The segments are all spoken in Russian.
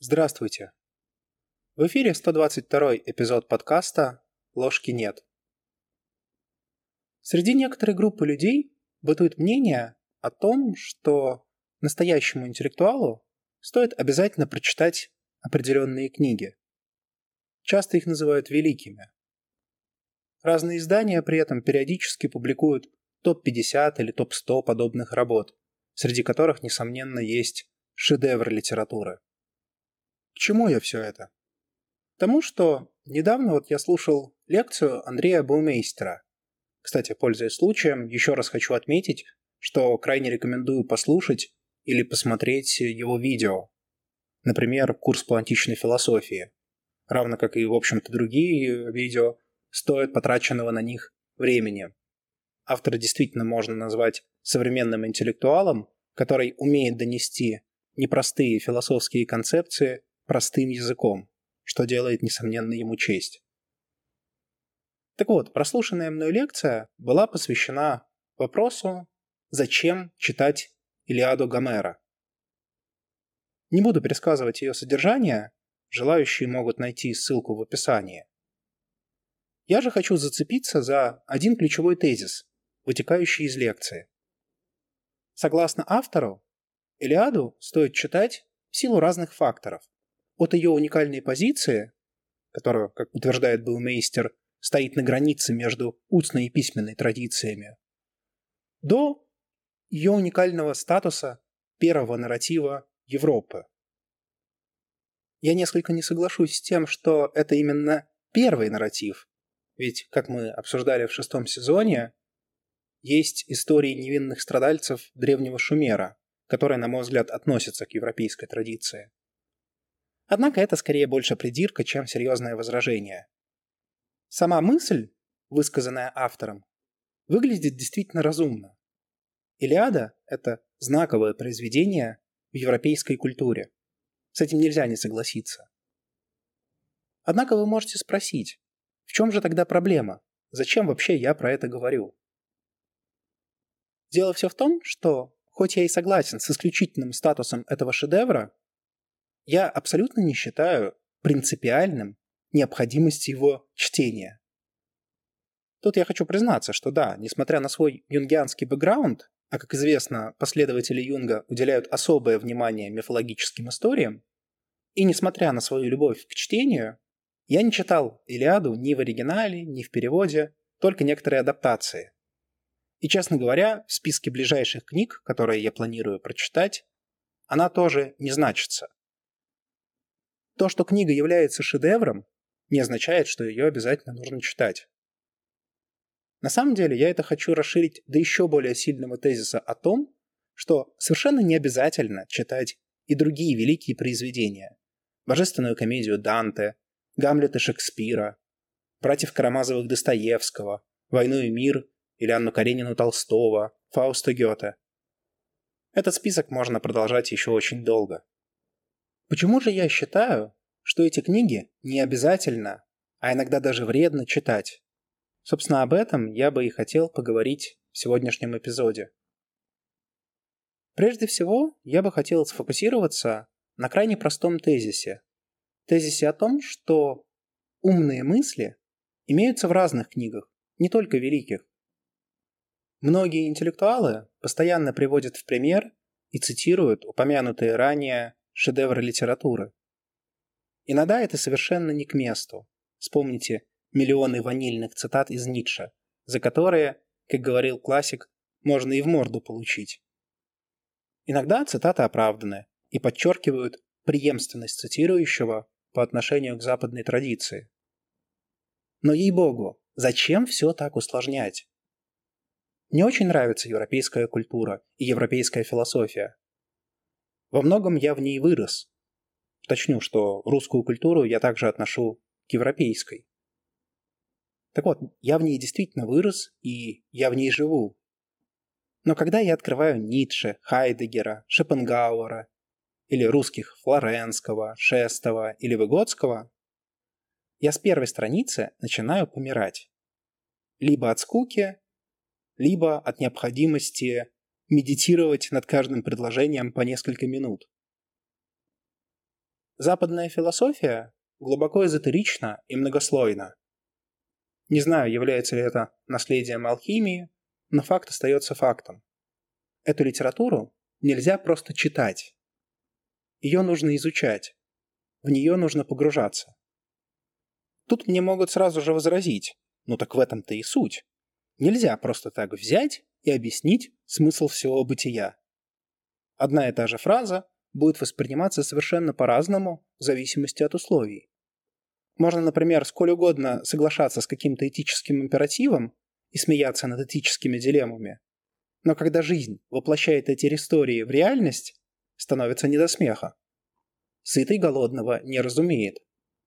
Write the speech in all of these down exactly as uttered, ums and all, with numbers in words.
Здравствуйте! В эфире сто двадцать второй эпизод подкаста «Ложки нет». Среди некоторой группы людей бытует мнение о том, что настоящему интеллектуалу стоит обязательно прочитать определенные книги. Часто их называют великими. Разные издания при этом периодически публикуют топ пятьдесят или топ сто подобных работ, среди которых, несомненно, есть шедевры литературы. К чему я все это? К тому, что недавно вот я слушал лекцию Андрея Баумейстера. Кстати, пользуясь случаем, еще раз хочу отметить, что крайне рекомендую послушать или посмотреть его видео. Например, курс по античной философии. Равно как и, в общем-то, другие видео, стоят потраченного на них времени. Автора действительно можно назвать современным интеллектуалом, который умеет донести непростые философские концепции простым языком, что делает, несомненно, ему честь. Так вот, прослушанная мной лекция была посвящена вопросу, зачем читать Илиаду Гомера. Не буду пересказывать ее содержание, желающие могут найти ссылку в описании. Я же хочу зацепиться за один ключевой тезис, вытекающий из лекции. Согласно автору, Илиаду стоит читать в силу разных факторов. От ее уникальной позиции, которая, как утверждает Баумейстер, стоит на границе между устной и письменной традициями, до ее уникального статуса первого нарратива Европы. Я несколько не соглашусь с тем, что это именно первый нарратив, ведь, как мы обсуждали в шестом сезоне, есть истории невинных страдальцев древнего Шумера, которые, на мой взгляд, относятся к европейской традиции. Однако это скорее больше придирка, чем серьезное возражение. Сама мысль, высказанная автором, выглядит действительно разумно. Илиада – это знаковое произведение в европейской культуре. С этим нельзя не согласиться. Однако вы можете спросить, в чем же тогда проблема? Зачем вообще я про это говорю? Дело все в том, что, хоть я и согласен с исключительным статусом этого шедевра, я абсолютно не считаю принципиальным необходимость его чтения. Тут я хочу признаться, что да, несмотря на свой юнгианский бэкграунд, а как известно, последователи Юнга уделяют особое внимание мифологическим историям, и несмотря на свою любовь к чтению, я не читал Илиаду ни в оригинале, ни в переводе, только некоторые адаптации. И, честно говоря, в списке ближайших книг, которые я планирую прочитать, она тоже не значится. То, что книга является шедевром, не означает, что ее обязательно нужно читать. На самом деле я это хочу расширить до еще более сильного тезиса о том, что совершенно не обязательно читать и другие великие произведения. Божественную комедию Данте, Гамлета Шекспира, братьев Карамазовых Достоевского, Войну и мир или Анну Каренину Толстого, Фауста Гёте. Этот список можно продолжать еще очень долго. Почему же я считаю, что эти книги не обязательно, а иногда даже вредно читать? Собственно, об этом я бы и хотел поговорить в сегодняшнем эпизоде. Прежде всего, я бы хотел сфокусироваться на крайне простом тезисе. Тезисе о том, что умные мысли имеются в разных книгах, не только великих. Многие интеллектуалы постоянно приводят в пример и цитируют упомянутые ранее шедевры литературы. Иногда это совершенно не к месту. Вспомните миллионы ванильных цитат из Ницше, за которые, как говорил классик, можно и в морду получить. Иногда цитаты оправданы и подчеркивают преемственность цитирующего по отношению к западной традиции. Но, ей-богу, зачем все так усложнять? Мне очень нравится европейская культура и европейская философия. Во многом я в ней вырос. Уточню, что русскую культуру я также отношу к европейской. Так вот, я в ней действительно вырос, и я в ней живу. Но когда я открываю Ницше, Хайдеггера, Шопенгауэра, или русских Флоренского, Шестова или Выгодского, я с первой страницы начинаю помирать. Либо от скуки, либо от необходимости медитировать над каждым предложением по несколько минут. Западная философия глубоко эзотерична и многослойна. Не знаю, является ли это наследием алхимии, но факт остается фактом. Эту литературу нельзя просто читать. Ее нужно изучать. В нее нужно погружаться. Тут мне могут сразу же возразить: ну так в этом-то и суть. Нельзя просто так взять и объяснить смысл всего бытия. Одна и та же фраза будет восприниматься совершенно по-разному в зависимости от условий. Можно, например, сколь угодно соглашаться с каким-то этическим императивом и смеяться над этическими дилеммами, но когда жизнь воплощает эти истории в реальность, становится не до смеха. Сытый голодного не разумеет.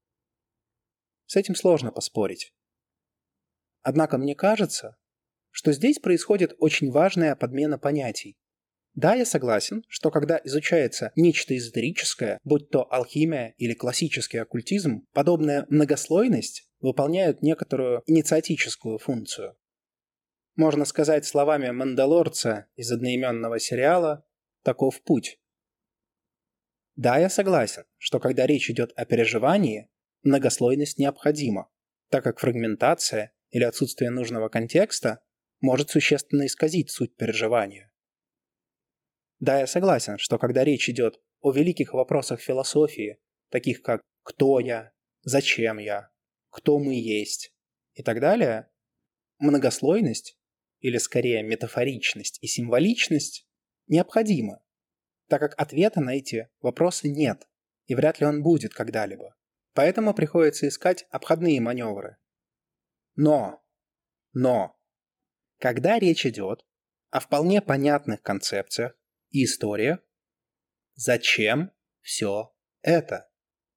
С этим сложно поспорить. Однако мне кажется, что здесь происходит очень важная подмена понятий. Да, я согласен, что когда изучается нечто эзотерическое, будь то алхимия или классический оккультизм, подобная многослойность выполняет некоторую инициатическую функцию. Можно сказать словами мандалорца из одноименного сериала «Таков путь». Да, я согласен, что когда речь идет о переживании, многослойность необходима, так как фрагментация или отсутствие нужного контекста может существенно исказить суть переживания. Да, я согласен, что когда речь идет о великих вопросах философии, таких как «кто я?», «зачем я?», «кто мы есть?» и так далее, многослойность, или скорее метафоричность и символичность, необходима, так как ответа на эти вопросы нет, и вряд ли он будет когда-либо. Поэтому приходится искать обходные маневры. Но, но, когда речь идет о вполне понятных концепциях и историях, зачем все это?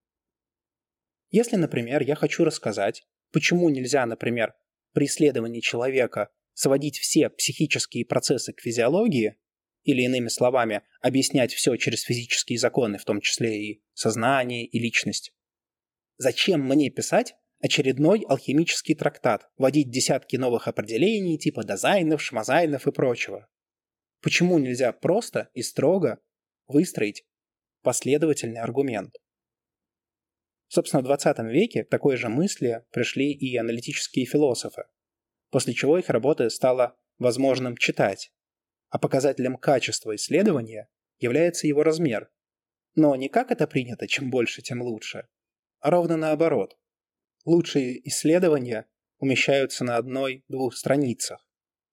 Если, например, я хочу рассказать, почему нельзя, например, при исследовании человека сводить все психические процессы к физиологии, или, иными словами, объяснять все через физические законы, в том числе и сознание, и личность, зачем мне писать очередной алхимический трактат, вводить десятки новых определений типа дазайнов, шмазайнов и прочего? Почему нельзя просто и строго выстроить последовательный аргумент? Собственно, в двадцатом веке к такой же мысли пришли и аналитические философы, после чего их работы стало возможным читать, а показателем качества исследования является его размер. Но не как это принято, чем больше, тем лучше, а ровно наоборот. Лучшие исследования умещаются на одной-двух страницах.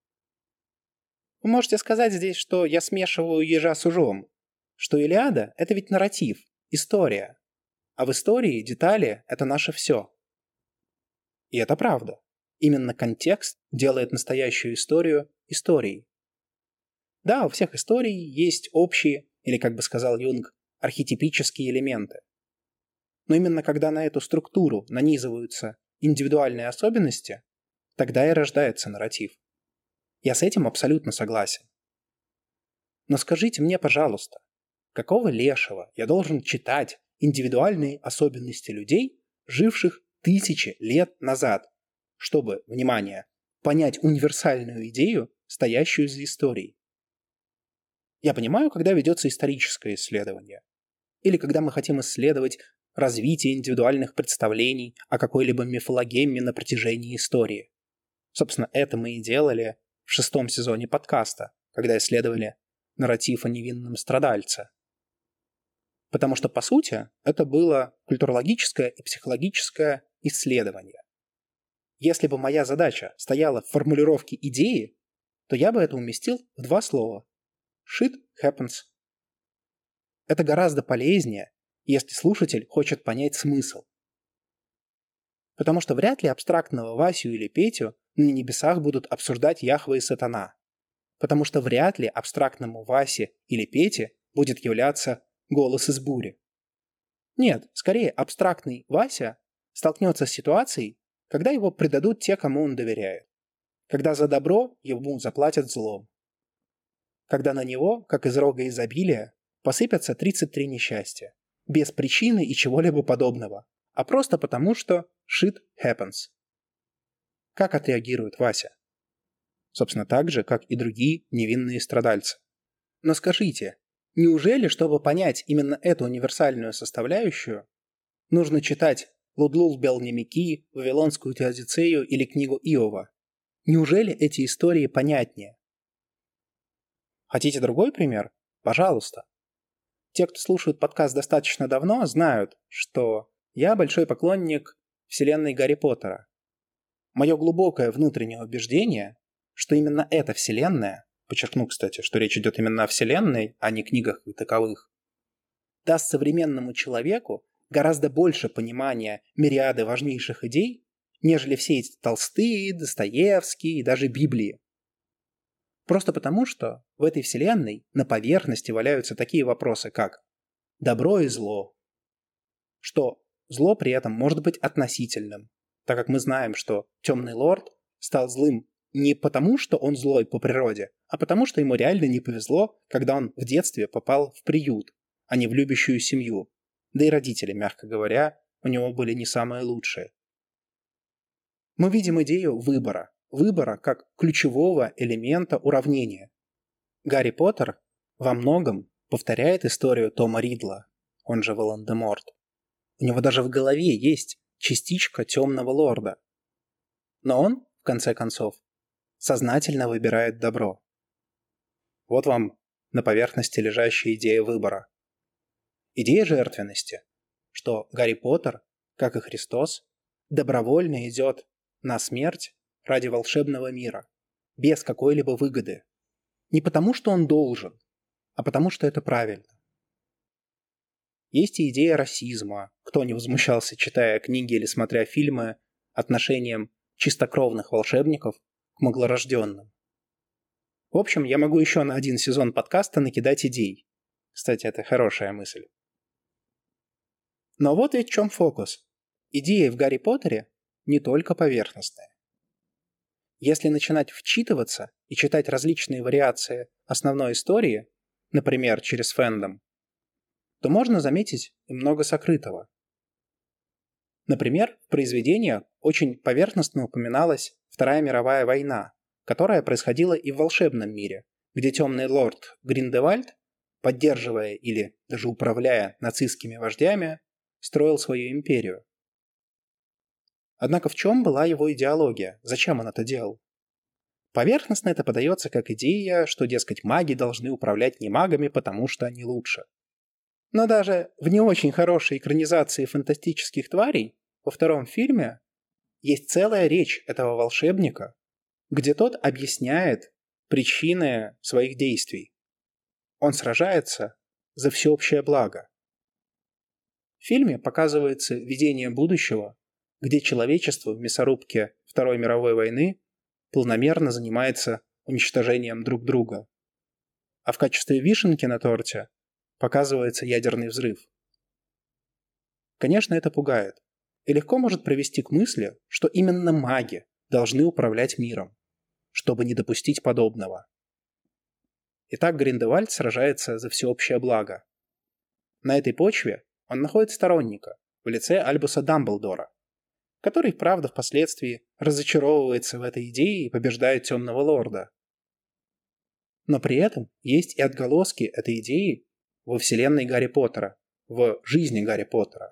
Вы можете сказать здесь, что я смешиваю ежа с ужом, что Илиада — это ведь нарратив, история, а в истории детали — это наше все. И это правда. Именно контекст делает настоящую историю историей. Да, у всех историй есть общие, или, как бы сказал Юнг, архетипические элементы. Но именно когда на эту структуру нанизываются индивидуальные особенности, тогда и рождается нарратив. Я с этим абсолютно согласен. Но скажите мне, пожалуйста, какого лешего я должен читать индивидуальные особенности людей, живших тысячи лет назад, чтобы, внимание, понять универсальную идею, стоящую за историей? Я понимаю, когда ведется историческое исследование, или когда мы хотим исследовать развитие индивидуальных представлений о какой-либо мифологеме на протяжении истории. Собственно, это мы и делали в шестом сезоне подкаста, когда исследовали нарратив о невинном страдальце. Потому что, по сути, это было культурологическое и психологическое исследование. Если бы моя задача стояла в формулировке идеи, то я бы это уместил в два слова. Shit happens. Это гораздо полезнее, если слушатель хочет понять смысл. Потому что вряд ли абстрактного Васю или Петю на небесах будут обсуждать Яхва и Сатана. Потому что вряд ли абстрактному Васе или Пете будет являться голос из бури. Нет, скорее абстрактный Вася столкнется с ситуацией, когда его предадут те, кому он доверяет. Когда за добро ему заплатят злом. Когда на него, как из рога изобилия, посыпятся тридцать три несчастья. Без причины и чего-либо подобного. А просто потому, что shit happens. Как отреагирует Вася? Собственно, так же, как и другие невинные страдальцы. Но скажите, Неужели, чтобы понять именно эту универсальную составляющую, нужно читать Лудлул Белнемики, Вавилонскую Теодицею или книгу Иова? Неужели эти истории понятнее? Хотите другой пример? Пожалуйста. Те, кто слушает подкаст достаточно давно, знают, что я большой поклонник вселенной Гарри Поттера. Мое глубокое внутреннее убеждение, что именно эта вселенная, подчеркну, кстати, что речь идет именно о вселенной, а не книгах как таковых, даст современному человеку гораздо больше понимания мириады важнейших идей, нежели все эти Толстые, Достоевские и даже Библии. Просто потому, что в этой вселенной на поверхности валяются такие вопросы, как добро и зло, что зло при этом может быть относительным, так как мы знаем, что Темный Лорд стал злым не потому, что он злой по природе, а потому, что ему реально не повезло, когда он в детстве попал в приют, а не в любящую семью. Да и родители, мягко говоря, у него были не самые лучшие. Мы видим идею выбора. Выбора как ключевого элемента уравнения. Гарри Поттер во многом повторяет историю Тома Ридла, он же Волан-де-Морт. У него даже в голове есть частичка Темного Лорда. Но он, в конце концов, сознательно выбирает добро. Вот вам на поверхности лежащая идея выбора. Идея жертвенности, что Гарри Поттер, как и Христос, добровольно идет на смерть ради волшебного мира, без какой-либо выгоды. Не потому, что он должен, а потому, что это правильно. Есть и идея расизма. Кто не возмущался, читая книги или смотря фильмы, отношением чистокровных волшебников к маглорожденным. В общем, я могу еще на один сезон подкаста накидать идей. Кстати, это хорошая мысль. Но вот ведь в чем фокус. Идеи в Гарри Поттере не только поверхностные. Если начинать вчитываться и читать различные вариации основной истории, например, через фэндом, то можно заметить и много сокрытого. Например, в произведениях очень поверхностно упоминалась Вторая мировая война, которая происходила и в волшебном мире, где темный лорд Гриндевальд, поддерживая или даже управляя нацистскими вождями, строил свою империю. Однако в чем была его идеология? Зачем он это делал? Поверхностно это подается как идея, что, дескать, маги должны управлять не магами, потому что они лучше. Но даже в не очень хорошей экранизации фантастических тварей во втором фильме есть целая речь этого волшебника, где тот объясняет причины своих действий. Он сражается за всеобщее благо. В фильме показывается видение будущего, где человечество в мясорубке Второй мировой войны планомерно занимается уничтожением друг друга. А в качестве вишенки на торте показывается ядерный взрыв. Конечно, это пугает и легко может привести к мысли, что именно маги должны управлять миром, чтобы не допустить подобного. Итак, Гриндевальд сражается за всеобщее благо. На этой почве он находит сторонника в лице Альбуса Дамблдора, который, правда, впоследствии разочаровывается в этой идее и побеждает Темного Лорда. Но при этом есть и отголоски этой идеи во вселенной Гарри Поттера, в жизни Гарри Поттера.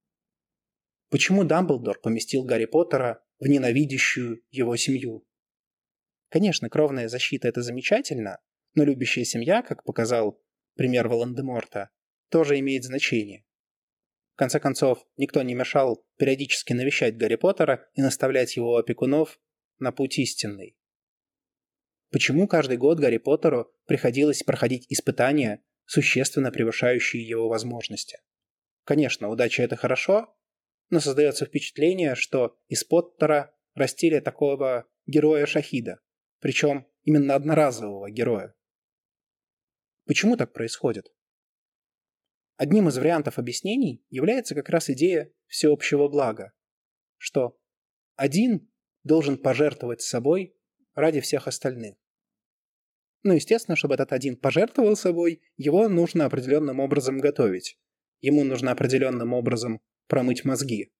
Почему Дамблдор поместил Гарри Поттера в ненавидящую его семью? Конечно, кровная защита – это замечательно, но любящая семья, как показал пример Волан-де-Морта, тоже имеет значение. В конце концов, никто не мешал периодически навещать Гарри Поттера и наставлять его опекунов на путь истинный. Почему каждый год Гарри Поттеру приходилось проходить испытания, существенно превышающие его возможности? Конечно, удача – это хорошо, но создается впечатление, что из Поттера растили такого героя-шахида, причем именно одноразового героя. Почему так происходит? Одним из вариантов объяснений является как раз идея всеобщего блага, что один должен пожертвовать собой ради всех остальных. Ну, естественно, чтобы этот один пожертвовал собой, его нужно определенным образом готовить. Ему нужно определенным образом промыть мозги.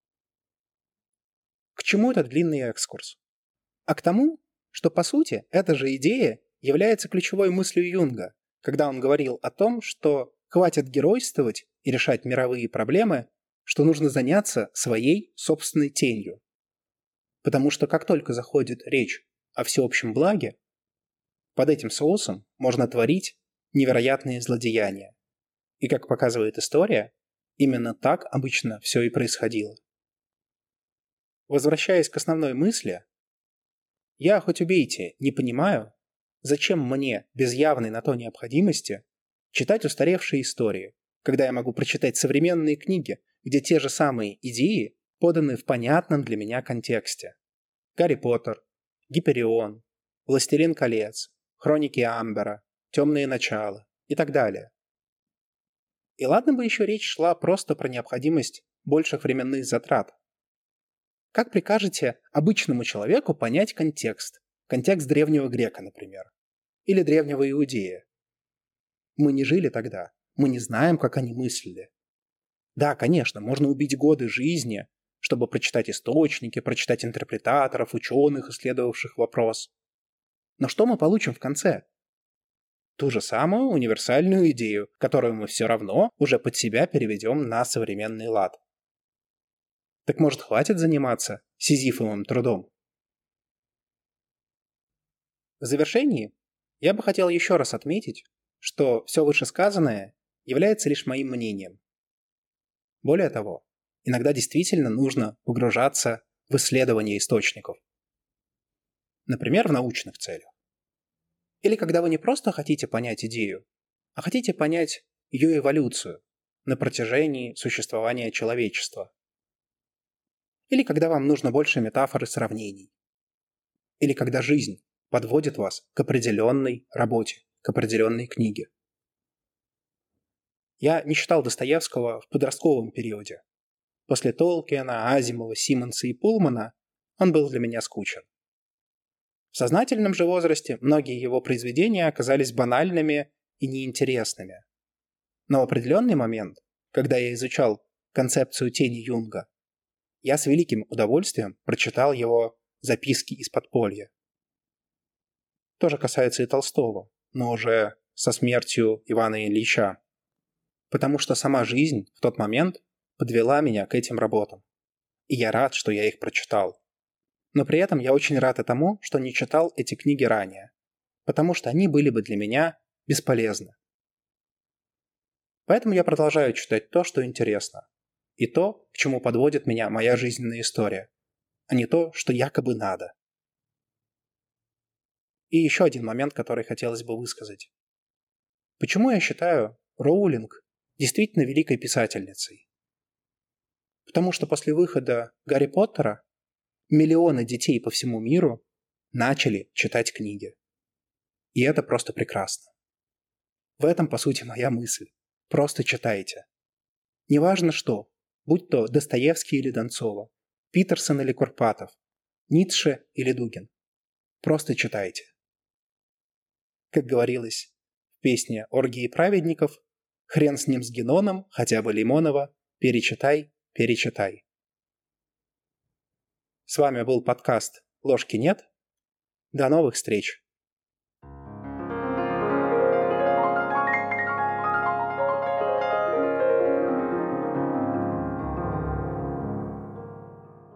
К чему этот длинный экскурс? А к тому, что, по сути, эта же идея является ключевой мыслью Юнга, когда он говорил о том, что хватит геройствовать и решать мировые проблемы, что нужно заняться своей собственной тенью. Потому что как только заходит речь о всеобщем благе, под этим соусом можно творить невероятные злодеяния. И, как показывает история, именно так обычно все и происходило. Возвращаясь к основной мысли, я, хоть убейте, не понимаю, зачем мне, без явной на то необходимости, читать устаревшие истории, когда я могу прочитать современные книги, где те же самые идеи поданы в понятном для меня контексте. Гарри Поттер, Гиперион, Властелин колец, Хроники Амбера, Темные начала и так далее. И ладно бы еще речь шла просто про необходимость больших временных затрат. Как прикажете обычному человеку понять контекст? Контекст древнего грека, например. Или древнего иудея. Мы не жили тогда. Мы не знаем, как они мыслили. Да, конечно, можно убить годы жизни, чтобы прочитать источники, прочитать интерпретаторов, ученых, исследовавших вопрос. Но что мы получим в конце? Ту же самую универсальную идею, которую мы все равно уже под себя переведем на современный лад. Так может, хватит заниматься сизифовым трудом? В завершении я бы хотел еще раз отметить, что все вышесказанное является лишь моим мнением. Более того, иногда действительно нужно погружаться в исследование источников. Например, в научных целях. Или когда вы не просто хотите понять идею, а хотите понять ее эволюцию на протяжении существования человечества. Или когда вам нужно больше метафор и сравнений. Или когда жизнь подводит вас к определенной работе, к определенной книге. Я не читал Достоевского в подростковом периоде. После Толкиена, Азимова, Симмонса и Пулмана он был для меня скучен. В сознательном же возрасте многие его произведения оказались банальными и неинтересными. Но в определенный момент, когда я изучал концепцию тени Юнга, я с великим удовольствием прочитал его «Записки из подполья». То же касается и Толстого, но уже со смертью Ивана Ильича. Потому что сама жизнь в тот момент подвела меня к этим работам. И я рад, что я их прочитал. Но при этом я очень рад и тому, что не читал эти книги ранее, потому что они были бы для меня бесполезны. Поэтому я продолжаю читать то, что интересно, и то, к чему подводит меня моя жизненная история, а не то, что якобы надо. И еще один момент, который хотелось бы высказать. Почему я считаю Роулинг действительно великой писательницей? Потому что после выхода Гарри Поттера миллионы детей по всему миру начали читать книги. И это просто прекрасно. В этом, по сути, моя мысль. Просто читайте. Неважно что, будь то Достоевский или Донцова, Питерсон или Курпатов, Ницше или Дугин. Просто читайте. Как говорилось в песне «Оргии праведников», хрен с ним с Геноном, хотя бы Лимонова, перечитай, перечитай. С вами был подкаст «Ложки нет». До новых встреч!